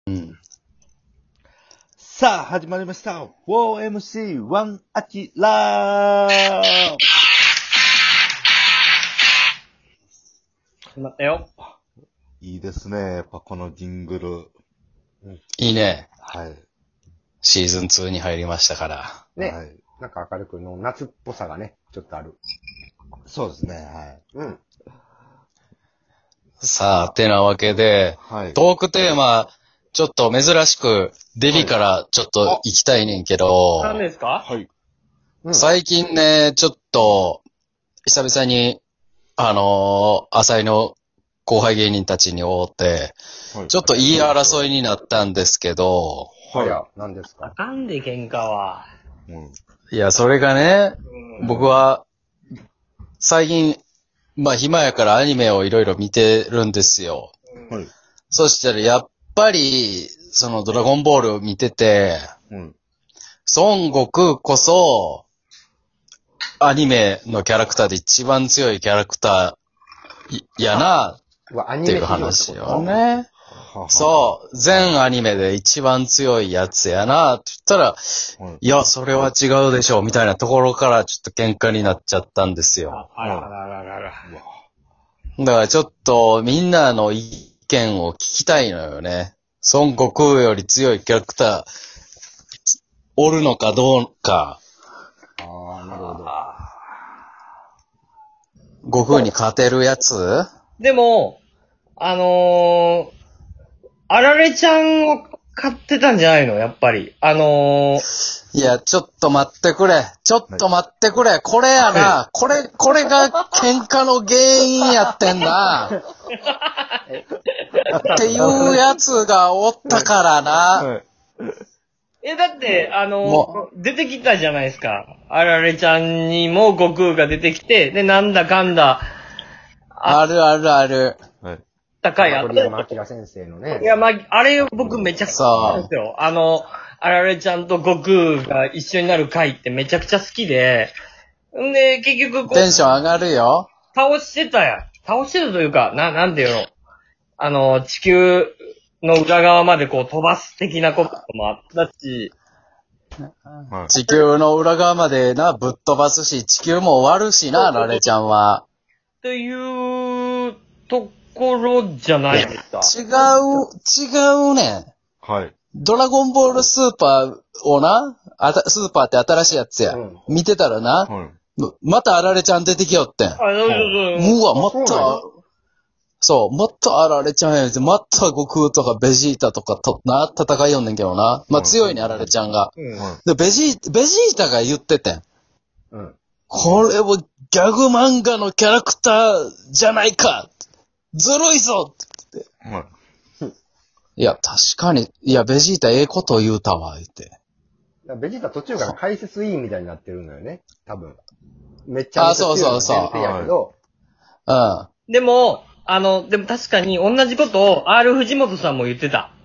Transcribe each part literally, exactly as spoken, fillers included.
うん。さあ、始まりました。オーエムシーワン アキラー始まったよ。 いいですね。やっぱこのジングル。 うん、 いいね。 はい。 シーズンツーに入りましたから。 ね。 はい。 なんか明るくの夏っぽさがね、ちょっとある。 そうですね。はい。 うん。 さあ、てなわけで、 はい。 トークテーマ、ちょっと珍しく、デビからちょっと行きたいねんけど、 何ですか？ はい。 うん、 最近ね、ちょっと、久々に、あのー、浅井の後輩芸人たちに会って、 はい。 ちょっと言い争いになったんですけど、 はい。や、何ですあか？ かんで喧嘩は。 うん。 いや、それがね、 うん、 僕は、最近、まあ暇やからアニメをいろいろ見てるんですよ。 はい。 そしたらやっぱり、そのドラゴンボールを見てて、 うん。 孫悟空こそ、アニメのキャラクターで一番強いキャラクターやなうわ、アっていうニメ史上って話ことよね。 はそう、全アニメで一番強いやつやなって言ったら、 う。はい。 いや、それは違うでしょうみたいなところからちょっと喧嘩になっちゃったんですよ。 あらあらあらあら。 うわ。 だからちょっとみんなの意見を聞きたいのよね。孫悟空より強いキャラクター、おるのかどうか。 ああ、なるほど。 悟空に勝てるやつ？ でも、あのー、あられちゃんを買ってたんじゃないのやっぱり。あのー、 いや、ちょっと待ってくれ。ちょっと待ってくれ。これやな。これ、これが喧嘩の原因やってんな。っていうやつがおったからな。 はい。 え、だって、あのもー、出てきたじゃないですか。あられちゃんにも悟空が出てきて、で、なんだかんだ、 あるあるある。 はい。 高いあ鳥山明先生のね。 いや、まあ、あれ僕めちゃくちゃ好きなんですよ。あの、あられちゃんと悟空が一緒になる回ってめちゃくちゃ好きで、んで、結局こう、 テンション上がるよ。 倒してたやん。倒してたというか、な、なんていうの。あの、地球の裏側までこう飛ばす的なこともあったし、 はい。 地球の裏側までな、ぶっ飛ばすし、地球も終わるしな、ラレちゃんは。 っていうところじゃないですか。 違う、違うねん。 はい。 ドラゴンボールスーパーをな、あたスーパーって新しいやつや。 うん見てたらな、 はい。 またあられちゃん出てきよってん。 あ、そうそうそう。 うわ、まそうなたの、 そう、またあられちゃんやん。また悟空とかベジータとかとな、戦いよんねんけどな。まあ、 うん強いね、あられちゃんが。 うん。 はで、ベジー、ベジータが言っててん。 うん。 これもギャグ漫画のキャラクターじゃないか、ずるいぞってい。はい。 いや、確かに、いや、ベジータええこと言うたわ、言って。 だからベジータ途中から解説委員みたいになってるのよね。多分。めっちゃめちゃ強いのが前提やけど、 うん。 でも、あの、でも確かに同じことを R 藤本さんも言ってた。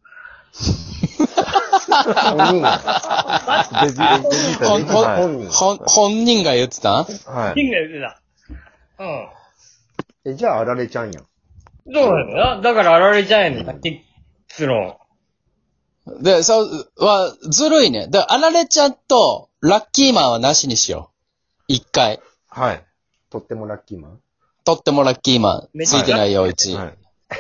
本人が。 ベジ、ベジータで。 ほんほんはい。 本人が。 ほん、本人が言ってたんはい。 金が言ってた。うん。 え、じゃああられちゃんやん。 そうなんだよ。だからあられちゃんやねんな、結論。 で、そう、は、ずるいね。だから、あられちゃんと、ラッキーマンはなしにしよう。一回。 はい。 とってもラッキーマン。 とってもラッキーマン。ついてないよ、うち。 はい。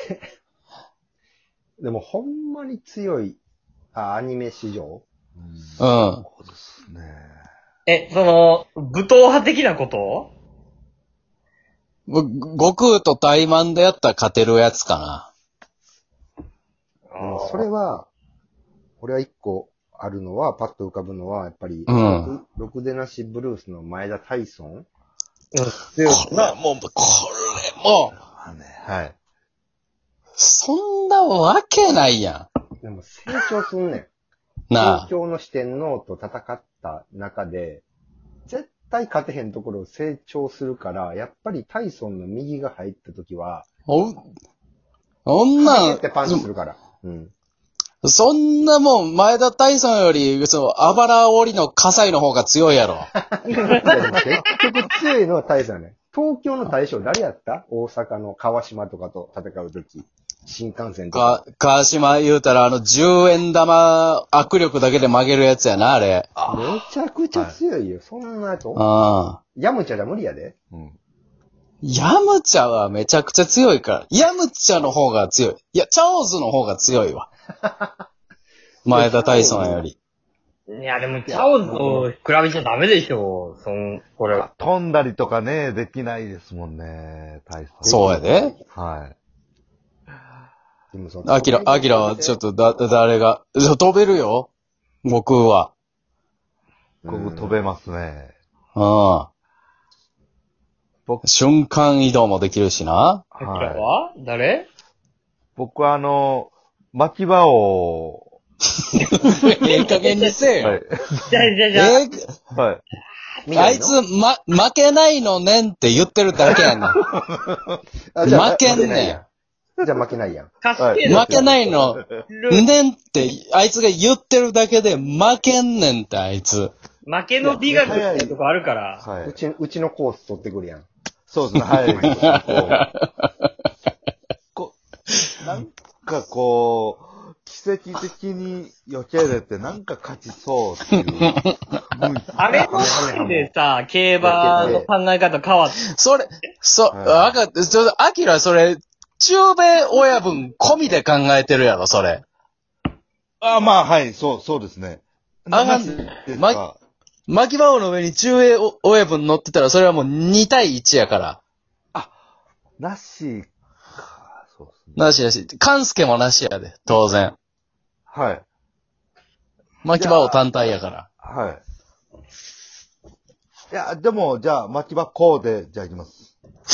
でもほんまに強い、あ、アニメ史上うん。 そうですね。 え、その、武闘派的なことぶ悟空と怠慢でやったら勝てるやつかな。 でもそれは、俺は一個あるのは、パッと浮かぶのは、やっぱり、 うんろくでなしブルースの前田大尊うん。 これも、これも、 はい。 そんなわけないやでも成長すんねん。 ん。な東京の四天王と戦った中で、絶対勝てへんところを成長するから、やっぱりタイソンの右が入った時は、 あ。お、そんなパンってパンチするから。うん。 そんなもん、前田大尊より、その、あばら折りの葛西の方が強いやろ。 いやでも結局強いのはタイソンやね。東京の大将誰やった大阪の川島とかと戦う時。 新幹線とか。 か、川島言うたらあのじゅうえん玉握力だけで曲げるやつやな、あれ。 めちゃくちゃ強いよ。そんなやつ。 ああ。 ヤムチャじゃ無理やで。 うん。 ヤムチャはめちゃくちゃ強いから。ヤムチャの方が強い。いや、チャオズの方が強いわ。前田大孫より。 いや、でも、チャオズと比べちゃダメでしょ。そん、これ。 飛んだりとかね、できないですもんね、体操。 そうやで。 はい。 でもそのアキラ、アキラはちょっとだ、誰が、飛べるよ。悟空は。 僕飛べますね。 うん。 僕、 瞬間移動もできるしな。 アキラは誰僕はあの、巻き場を、 ええ加減にせえよ。 はい。 じゃあ、じゃあ、じゃあ。 ええはい。 あいつ、ま、負けないのねんって言ってるだけやねん。 あじゃあ負けんねん負やじゃあ負けないやん。 カスケード。 負けないの、ねんって、あいつが言ってるだけで負けんねんって、あいつ。 負けの美学ってとこあるから。 はい。 うち、うちのコース取ってくるやん。 そうですね、はい。こう、こうなんかこう、奇跡的に避けれてなんか勝ちそうっていう雰囲気。 あれのせいでさ、競馬の考え方変わった。 それ、そ、 はいわかった。ちょっと、アキラそれ、中米親分込みで考えてるやろ、それ。 あ、まあ、はい、そう、そうですね。 あかんなしですまか巻き場王の上に中米親分乗ってたら、それはもうに対いちやから。 なしか、そうですね。 なしなし。勘介もなしやで、当然。 はい。 巻き場王単体やから。 はい。いや、でも、じゃあ、巻き場こうで、じゃあ行きます。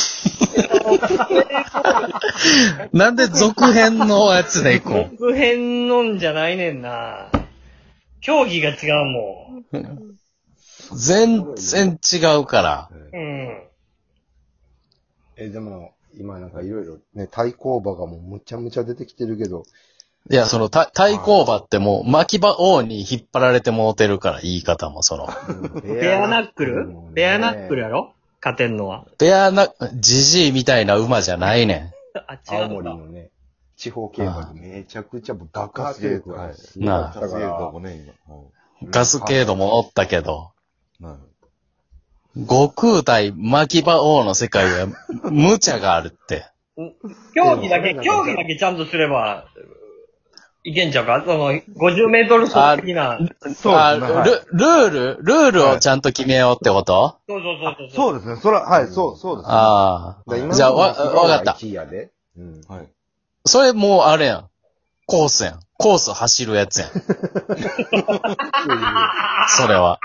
なんで続編のやつで行こ続編のんじゃないねんな。競技が違うもん。 う。全然違うから。 うん。 え、でも、今なんかいろいろね、対抗馬がもうむちゃむちゃ出てきてるけど、 いや、その、た対抗馬ってもう、巻き場王に引っ張られてもうてるから、言い方も、その。 ベアナックルベアナックルやろ勝てんのは。 ベアナ、ジジイみたいな馬じゃないねあ、違青うか。 森のね、地方競馬でめちゃくちゃ爆発ゲー力がすごかっただからもね、今。 ん。ガスケードもおったけど、 はい。 悟空対巻き場王の世界は、無茶があるって。 競技だけ、競技だけちゃんとすれば、いけんちゃうかその、ごじゅうメートル走的な。 そうあですね。はいル、ルールルールをちゃんと決めようってこと、 そうそうそうそう。 そうですね。それは、はい、そう、そうですね。 ああ。 だから今のじゃあ、わ、 ところわかったい。ちいやで。うん。 はい。 それもうあれやん。コースやん。コース走るやつやん。それは。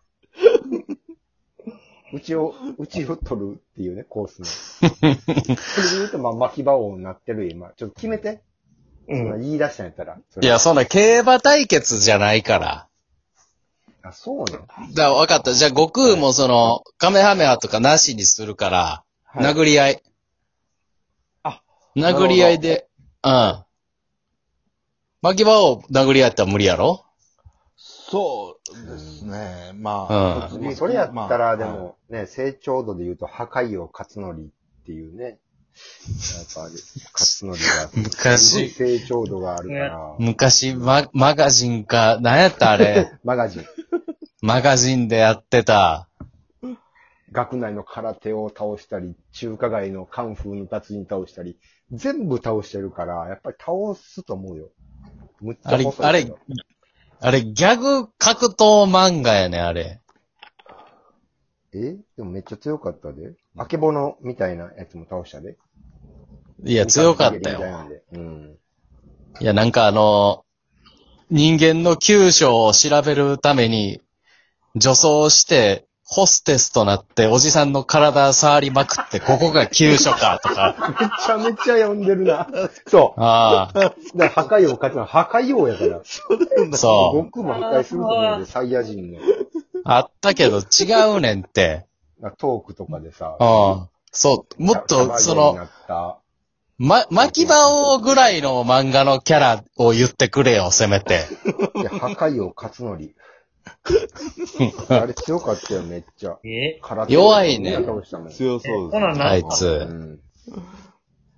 うちを、うちを取るっていうね、コースの。それで言うと、まあ、巻き場王になってる今。ちょっと決めて。 うそんなん言い出したんやったら。それいや、そんな競馬対決じゃないから。 あ、そうね。 だから分かった。じゃあ、悟空もその、カメハメハとかなしにするから、 はい殴り合い。 あ、 殴り合いで、うん。巻き場を殴り合ったら無理やろそうですね。まあ、 うんまあ、それやったら、でまあも、ね、成長度で言うと、破壊王勝則っていうね。やっぱ、勝則が、 昔成長度があるから。 昔、マ、マガジンか、何やったあれ。 マガジン。 マガジンでやってた。 学内の空手を倒したり、中華街のカンフーの達人倒したり、全部倒してるから、やっぱり倒すと思うよ。むっちゃあれ、あれ細いけど、 あれ、ギャグ格闘漫画やね、あれ。 えでもめっちゃ強かったで。あけぼのみたいなやつも倒したで。 いや、強かったみたいよ。 なんでうん。 いや、なんかあの、人間の急所を調べるために、女装して、ホステスとなって、おじさんの体触りまくって、ここが急所か、とか。 めちゃめちゃ読んでるな。そう。 ああ、 だから破壊王勝つのは破壊王やから。 そう。 僕も破壊すると思うんで、サイヤ人の。 あったけど違うねんって。 トークとかでさ。 うん。そう、もっと、その、 なったま、巻き場王ぐらいの漫画のキャラを言ってくれよ、せめて。 いや、破壊王勝則。あれ強かったよ、めっちゃ。 え空手弱いねみんな倒したもん。 強そうです。 そうなんだあいつ。 うん。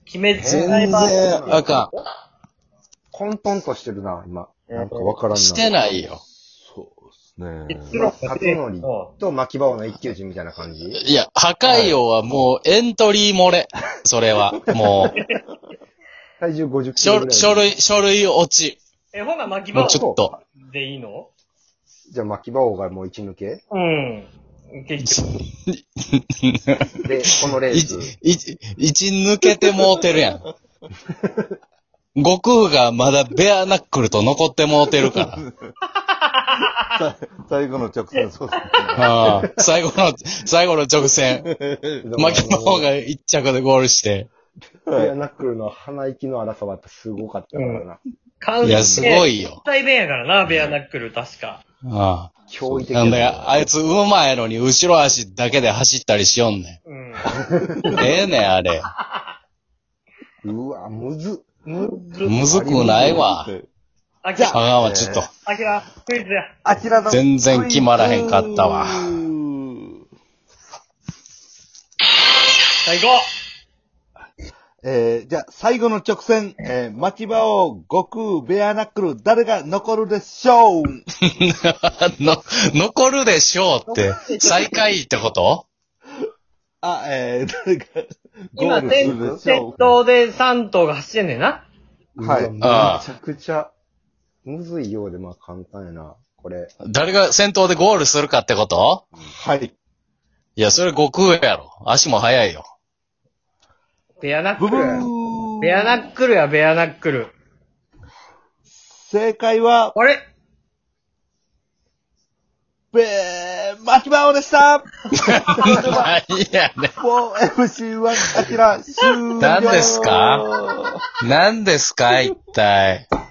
鬼滅全の刃然あか混沌としてるな、今。なんかわからんな。 してないよ。 そうです結ね。 論初のりと巻き場王の一騎打ちみたいな感じ。 いや、破壊王はもうエントリー漏れ。それは。もう、 体重ごじゅっキロぐら書い。 書類、書類落ち。 え、ほな、巻きもう場ちょっと。 でいいの？ じゃあ巻き場王がもう一抜けうん。結局。 で、このレーいス。 一、一抜けてもうてるやん。悟空がまだベアナックルと残ってもうてるから。 さ最後の直線、そうですね。 ああ最後の、最後の直線。巻き場が一着でゴールして。 ベアナックルの鼻息の荒さはやっぱすごかったからな。 完いや、すごいよ。 対弁やからな、ベアナックル、確か。 あ驚異的あ。なんだよ、あいつ馬やのに後ろ足だけで走ったりしよんねうん。 ん。ええねん、あれ。 うわ、むずっ。 むずむずくないわ。 あきら、 あかんわ、ちょっと。 あきら、クイズや。 あちらの。 全然決まらへんかったわ。 最高。 えー、じゃあ、最後の直線、えー、巻き場王、悟空、ベアナックル、誰が残るでしょうの、残るでしょうって、最下位ってこと？ あ、えー、誰がゴ今、 ールす先るでしょう頭でさん頭が走ってんねんな。 はいうわめちゃくちゃ、むずいようでまあ簡単やな。これ。 誰が先頭でゴールするかってこと？ はい。 いや、それ悟空やろ。足も速いよ。 ベアナッブブクルや。 ーベアナックルや、ベアナックル。 正解は、 あれべー、巻き場王でした何やねフォーエムシーワン アキラ終了何ですか何ですか一体。